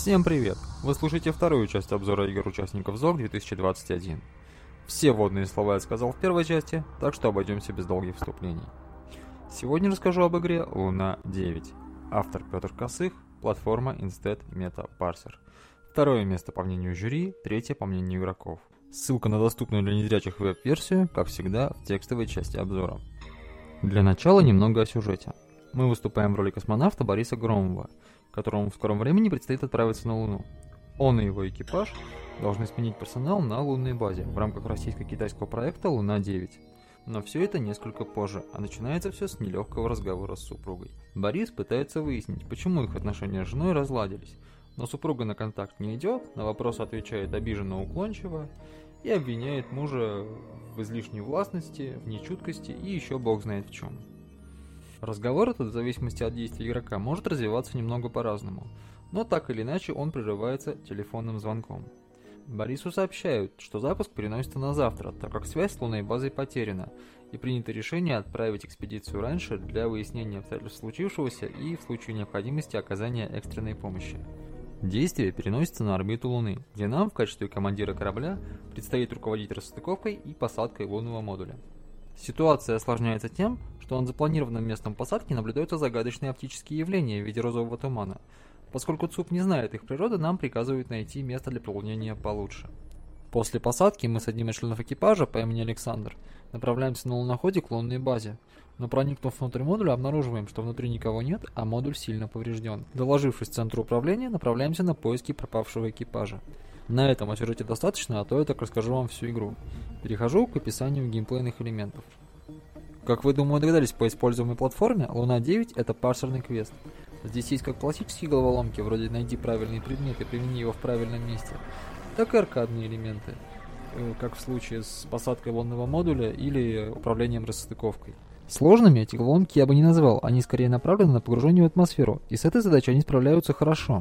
Всем привет! Вы слушаете вторую часть обзора игр участников ЗОГ 2021. Все вводные слова я сказал в первой части, так что обойдемся без долгих вступлений. Сегодня расскажу об игре Луна 9. Автор Петр Косых, платформа Instead Meta Parser. Второе место по мнению жюри, третье по мнению игроков. Ссылка на доступную для незрячих веб-версию, как всегда, в текстовой части обзора. Для начала немного о сюжете. Мы выступаем в роли космонавта Бориса Громова, которому в скором времени предстоит отправиться на Луну. Он и его экипаж должны сменить персонал на лунной базе в рамках российско-китайского проекта «Луна-9». Но все это несколько позже, а начинается все с нелегкого разговора с супругой. Борис пытается выяснить, почему их отношения с женой разладились, но супруга на контакт не идет, на вопросы отвечает обиженно уклончиво и обвиняет мужа в излишней властности, в нечуткости и еще бог знает в чем. Разговор этот, в зависимости от действия игрока, может развиваться немного по-разному, но так или иначе он прерывается телефонным звонком. Борису сообщают, что запуск переносится на завтра, так как связь с лунной базой потеряна, и принято решение отправить экспедицию раньше для выяснения обстоятельств случившегося и в случае необходимости оказания экстренной помощи. Действие переносится на орбиту Луны, где нам в качестве командира корабля предстоит руководить расстыковкой и посадкой лунного модуля. Ситуация осложняется тем, что на запланированном местом посадки наблюдаются загадочные оптические явления в виде розового тумана. Поскольку ЦУП не знает их природы, нам приказывают найти место для приближения получше. После посадки мы с одним из членов экипажа по имени Александр направляемся на луноходе к лунной базе, но проникнув внутрь модуля, обнаруживаем, что внутри никого нет, а модуль сильно поврежден. Доложившись центру управления, направляемся на поиски пропавшего экипажа. На этом о сюжете достаточно, а то я так расскажу вам всю игру. Перехожу к описанию геймплейных элементов. Как вы, думаю, догадались по используемой платформе, Луна 9 это парсерный квест. Здесь есть как классические головоломки, вроде найди правильный предмет и примени его в правильном месте, так и аркадные элементы, как в случае с посадкой лунного модуля или управлением расстыковкой. Сложными эти головоломки я бы не назвал, они скорее направлены на погружение в атмосферу, и с этой задачей они справляются хорошо.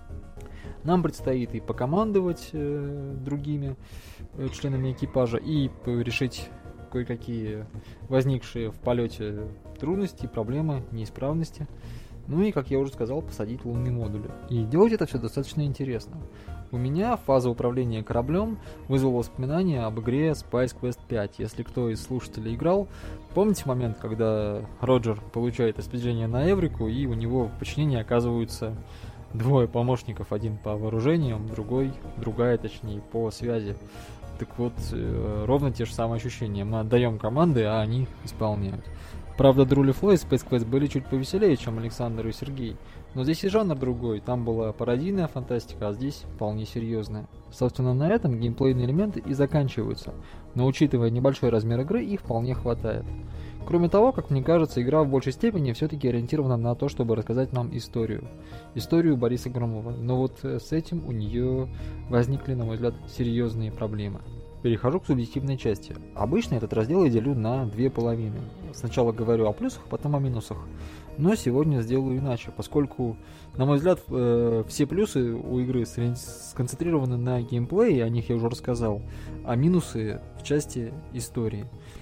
Нам предстоит и покомандовать другими членами экипажа, и решить кое-какие возникшие в полете трудности, проблемы, неисправности. Ну и, как я уже сказал, посадить лунный модуль. И делать это все достаточно интересно. У меня фаза управления кораблем вызвала воспоминания об игре Spice Quest 5. Если кто из слушателей играл, помните момент, когда Роджер получает распределение на Эврику, и у него в подчинении оказываются двое помощников, один по вооружениям, другая по связи. Так вот, ровно те же самые ощущения. Мы отдаем команды, а они исполняют. Правда, Друли Фло и Space Quest были чуть повеселее, чем Александр и Сергей. Но здесь и жанр другой. Там была пародийная фантастика, а здесь вполне серьезная. Собственно, на этом геймплейные элементы и заканчиваются. Но учитывая небольшой размер игры, их вполне хватает. Кроме того, как мне кажется, игра в большей степени все-таки ориентирована на то, чтобы рассказать нам историю. Историю Бориса Громова. Но вот с этим у нее возникли, на мой взгляд, серьезные проблемы. Перехожу к субъективной части. Обычно этот раздел я делю на две половины. Сначала говорю о плюсах, потом о минусах. Но сегодня сделаю иначе, поскольку, на мой взгляд, все плюсы у игры сконцентрированы на геймплее, о них я уже рассказал, а минусы в части истории.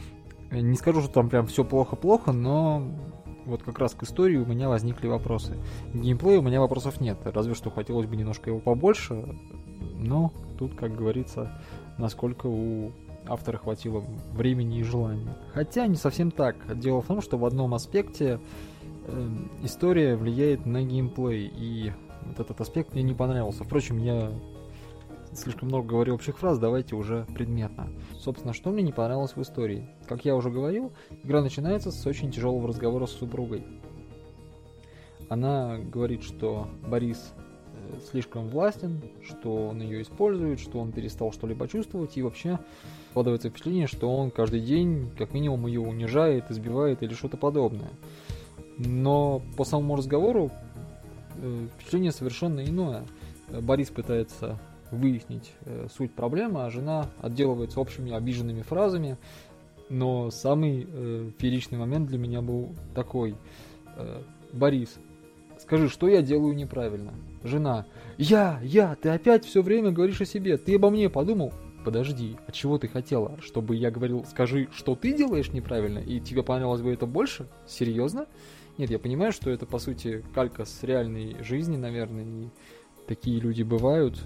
Не скажу, что там прям все плохо-плохо, но вот как раз к истории у меня возникли вопросы. К геймплею у меня вопросов нет, разве что хотелось бы немножко его побольше, но тут, как говорится, насколько у автора хватило времени и желания. Хотя не совсем так. Дело в том, что в одном аспекте история влияет на геймплей, и вот этот аспект мне не понравился. Впрочем, я слишком много говорю общих фраз, давайте уже предметно. Собственно, что мне не понравилось в истории? Как я уже говорил, игра начинается с очень тяжелого разговора с супругой. Она говорит, что Борис слишком властен, что он ее использует, что он перестал что-либо чувствовать, и вообще складывается впечатление, что он каждый день как минимум ее унижает, избивает или что-то подобное. Но по самому разговору впечатление совершенно иное. Борис пытается выяснить суть проблемы, а жена отделывается общими обиженными фразами. Но самый фееричный момент для меня был такой. Борис: скажи, что я делаю неправильно? Жена: ты опять все время говоришь о себе, ты обо мне подумал? Подожди, а чего ты хотела? Чтобы я говорил, скажи, что ты делаешь неправильно, и тебе понравилось бы это больше? Серьезно? Нет, я понимаю, что это по сути калька с реальной жизни, наверное, и такие люди бывают.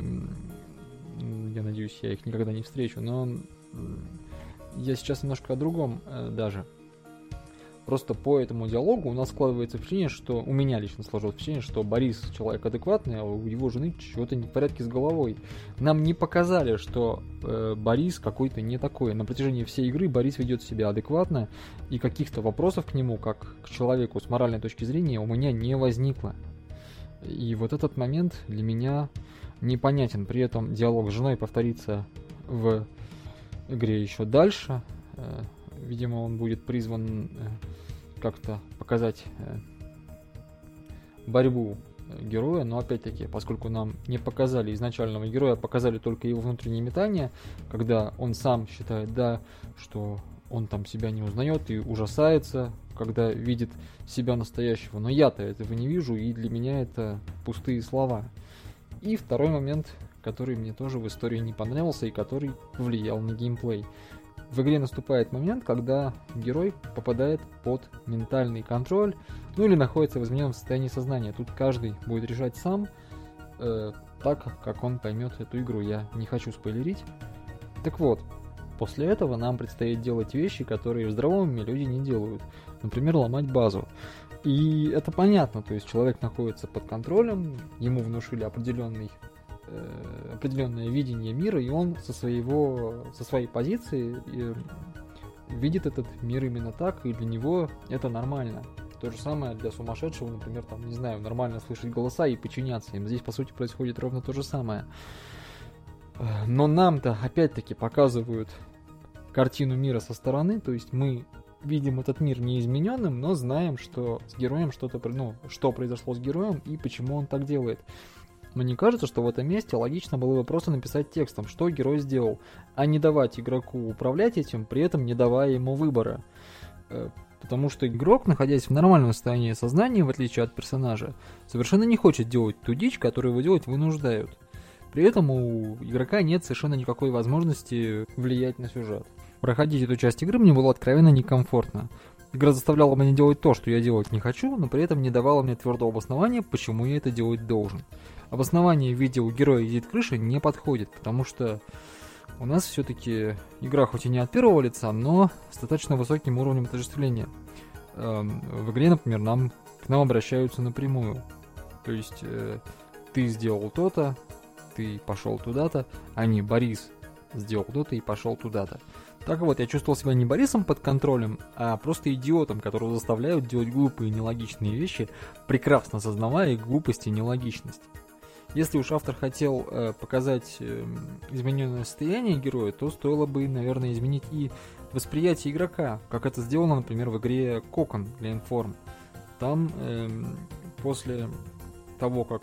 Я надеюсь, я их никогда не встречу, но я сейчас немножко о другом даже. Просто по этому диалогу у нас складывается впечатление, что... У меня лично сложилось впечатление, что Борис человек адекватный, а у его жены чего-то не в порядке с головой. Нам не показали, что Борис какой-то не такой. На протяжении всей игры Борис ведет себя адекватно, и каких-то вопросов к нему, как к человеку с моральной точки зрения, у меня не возникло. И вот этот момент для меня непонятен. При этом диалог с женой повторится в игре еще дальше. Видимо, он будет призван как-то показать борьбу героя, но опять-таки, поскольку нам не показали изначального героя, показали только его внутренние метания, когда он сам считает, да, что он там себя не узнает и ужасается, когда видит себя настоящего, но я-то этого не вижу, и для меня это пустые слова. И второй момент, который мне тоже в истории не понравился и который повлиял на геймплей. В игре наступает момент, когда герой попадает под ментальный контроль, ну или находится в измененном состоянии сознания. Тут каждый будет решать сам, так как он поймет эту игру. Я не хочу спойлерить. Так вот, после этого нам предстоит делать вещи, которые в здравом уме люди не делают. Например, ломать базу. И это понятно, то есть человек находится под контролем, ему внушили определенное видение мира, и он со своей позиции видит этот мир именно так, и для него это нормально. То же самое для сумасшедшего, например, там, не знаю, нормально слышать голоса и подчиняться им. Здесь, по сути, происходит ровно то же самое. Но нам-то, опять-таки, показывают картину мира со стороны, то есть мы видим этот мир неизмененным, но знаем, что с героем что произошло с героем и почему он так делает. Мне кажется, что в этом месте логично было бы просто написать текстом, что герой сделал, а не давать игроку управлять этим, при этом не давая ему выбора. Потому что игрок, находясь в нормальном состоянии сознания, в отличие от персонажа, совершенно не хочет делать ту дичь, которую его делать вынуждают. При этом у игрока нет совершенно никакой возможности влиять на сюжет. Проходить эту часть игры мне было откровенно некомфортно. Игра заставляла меня делать то, что я делать не хочу, но при этом не давала мне твердого обоснования, почему я это делать должен. Обоснование в виде «у героя едет крыша» не подходит, потому что у нас все-таки игра хоть и не от первого лица, но с достаточно высоким уровнем отождествления. В игре, например, к нам обращаются напрямую. То есть ты сделал то-то, ты пошел туда-то, а не Борис сделал то-то и пошел туда-то. Так вот, я чувствовал себя не Борисом под контролем, а просто идиотом, которого заставляют делать глупые и нелогичные вещи, прекрасно осознавая их глупость и нелогичность. Если уж автор хотел показать измененное состояние героя, то стоило бы, наверное, изменить и восприятие игрока, как это сделано, например, в игре Кокон для Inform. Там после того, как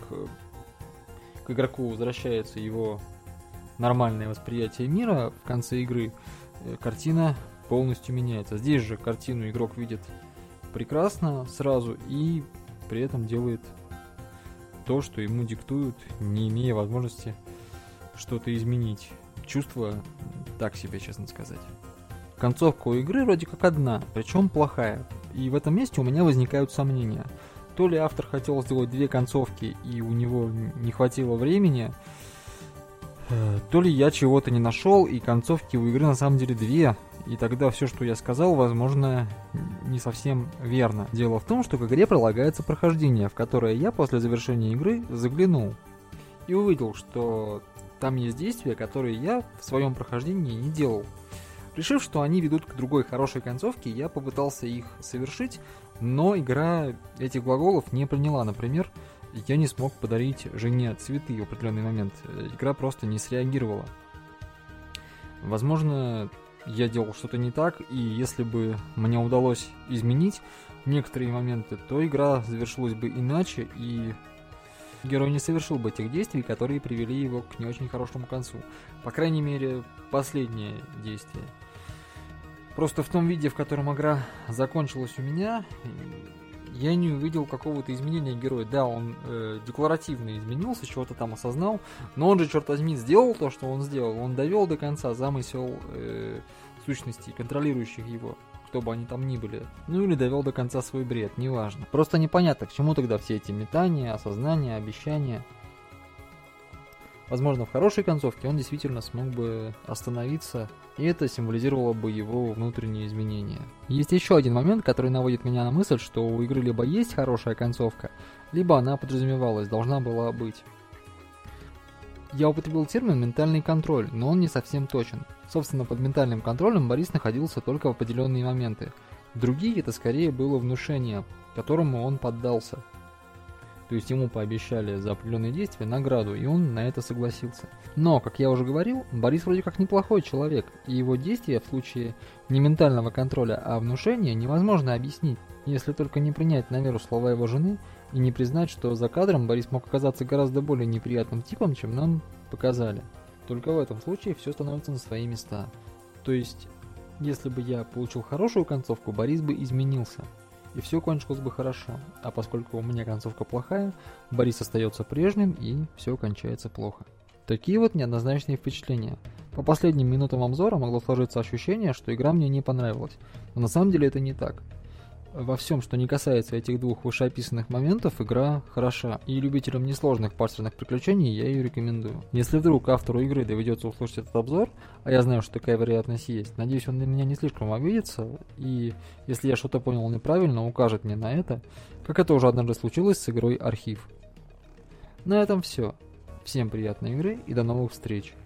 к игроку возвращается его нормальное восприятие мира в конце игры, картина полностью меняется. Здесь же картину игрок видит прекрасно сразу и при этом делает то, что ему диктуют, не имея возможности что-то изменить. Чувство так себе, честно сказать. Концовка у игры вроде как одна, причем плохая. И в этом месте у меня возникают сомнения. То ли автор хотел сделать две концовки, и у него не хватило времени, то ли я чего-то не нашел, и концовки у игры на самом деле две, и тогда все, что я сказал, возможно, не совсем верно. Дело в том, что к игре прилагается прохождение, в которое я после завершения игры заглянул и увидел, что там есть действия, которые я в своем прохождении не делал. Решив, что они ведут к другой хорошей концовке, я попытался их совершить, но игра этих глаголов не приняла. Например, я не смог подарить жене цветы в определенный момент. Игра просто не среагировала. Возможно, я делал что-то не так, и если бы мне удалось изменить некоторые моменты, то игра завершилась бы иначе, и герой не совершил бы тех действий, которые привели его к не очень хорошему концу. По крайней мере, последнее действие. Просто в том виде, в котором игра закончилась у меня, я не увидел какого-то изменения героя. Да, он декларативно изменился, чего-то там осознал, но он же, черт возьми, сделал то, что он сделал. Он довел до конца замысел сущностей, контролирующих его, кто бы они там ни были. Ну или довел до конца свой бред, неважно. Просто непонятно, к чему тогда все эти метания, осознания, обещания. Возможно, в хорошей концовке он действительно смог бы остановиться, и это символизировало бы его внутренние изменения. Есть еще один момент, который наводит меня на мысль, что у игры либо есть хорошая концовка, либо она подразумевалась, должна была быть. Я употребил термин «ментальный контроль», но он не совсем точен. Собственно, под ментальным контролем Борис находился только в определенные моменты. Другие это скорее было внушение, которому он поддался. То есть ему пообещали за определенные действия награду, и он на это согласился. Но, как я уже говорил, Борис вроде как неплохой человек, и его действия в случае не ментального контроля, а внушения невозможно объяснить, если только не принять на веру слова его жены и не признать, что за кадром Борис мог оказаться гораздо более неприятным типом, чем нам показали. Только в этом случае все становится на свои места. То есть, если бы я получил хорошую концовку, Борис бы изменился. И все кончилось бы хорошо. А поскольку у меня концовка плохая, Борис остается прежним, и все кончается плохо. Такие вот неоднозначные впечатления. По последним минутам обзора могло сложиться ощущение, что игра мне не понравилась. Но на самом деле это не так. Во всем, что не касается этих двух вышеописанных моментов, игра хороша, и любителям несложных парсерных приключений я ее рекомендую. Если вдруг автору игры доведется услышать этот обзор, а я знаю, что такая вероятность есть, надеюсь, он на меня не слишком обидится, и если я что-то понял неправильно, укажет мне на это, как это уже однажды случилось с игрой Архив. На этом все. Всем приятной игры и до новых встреч.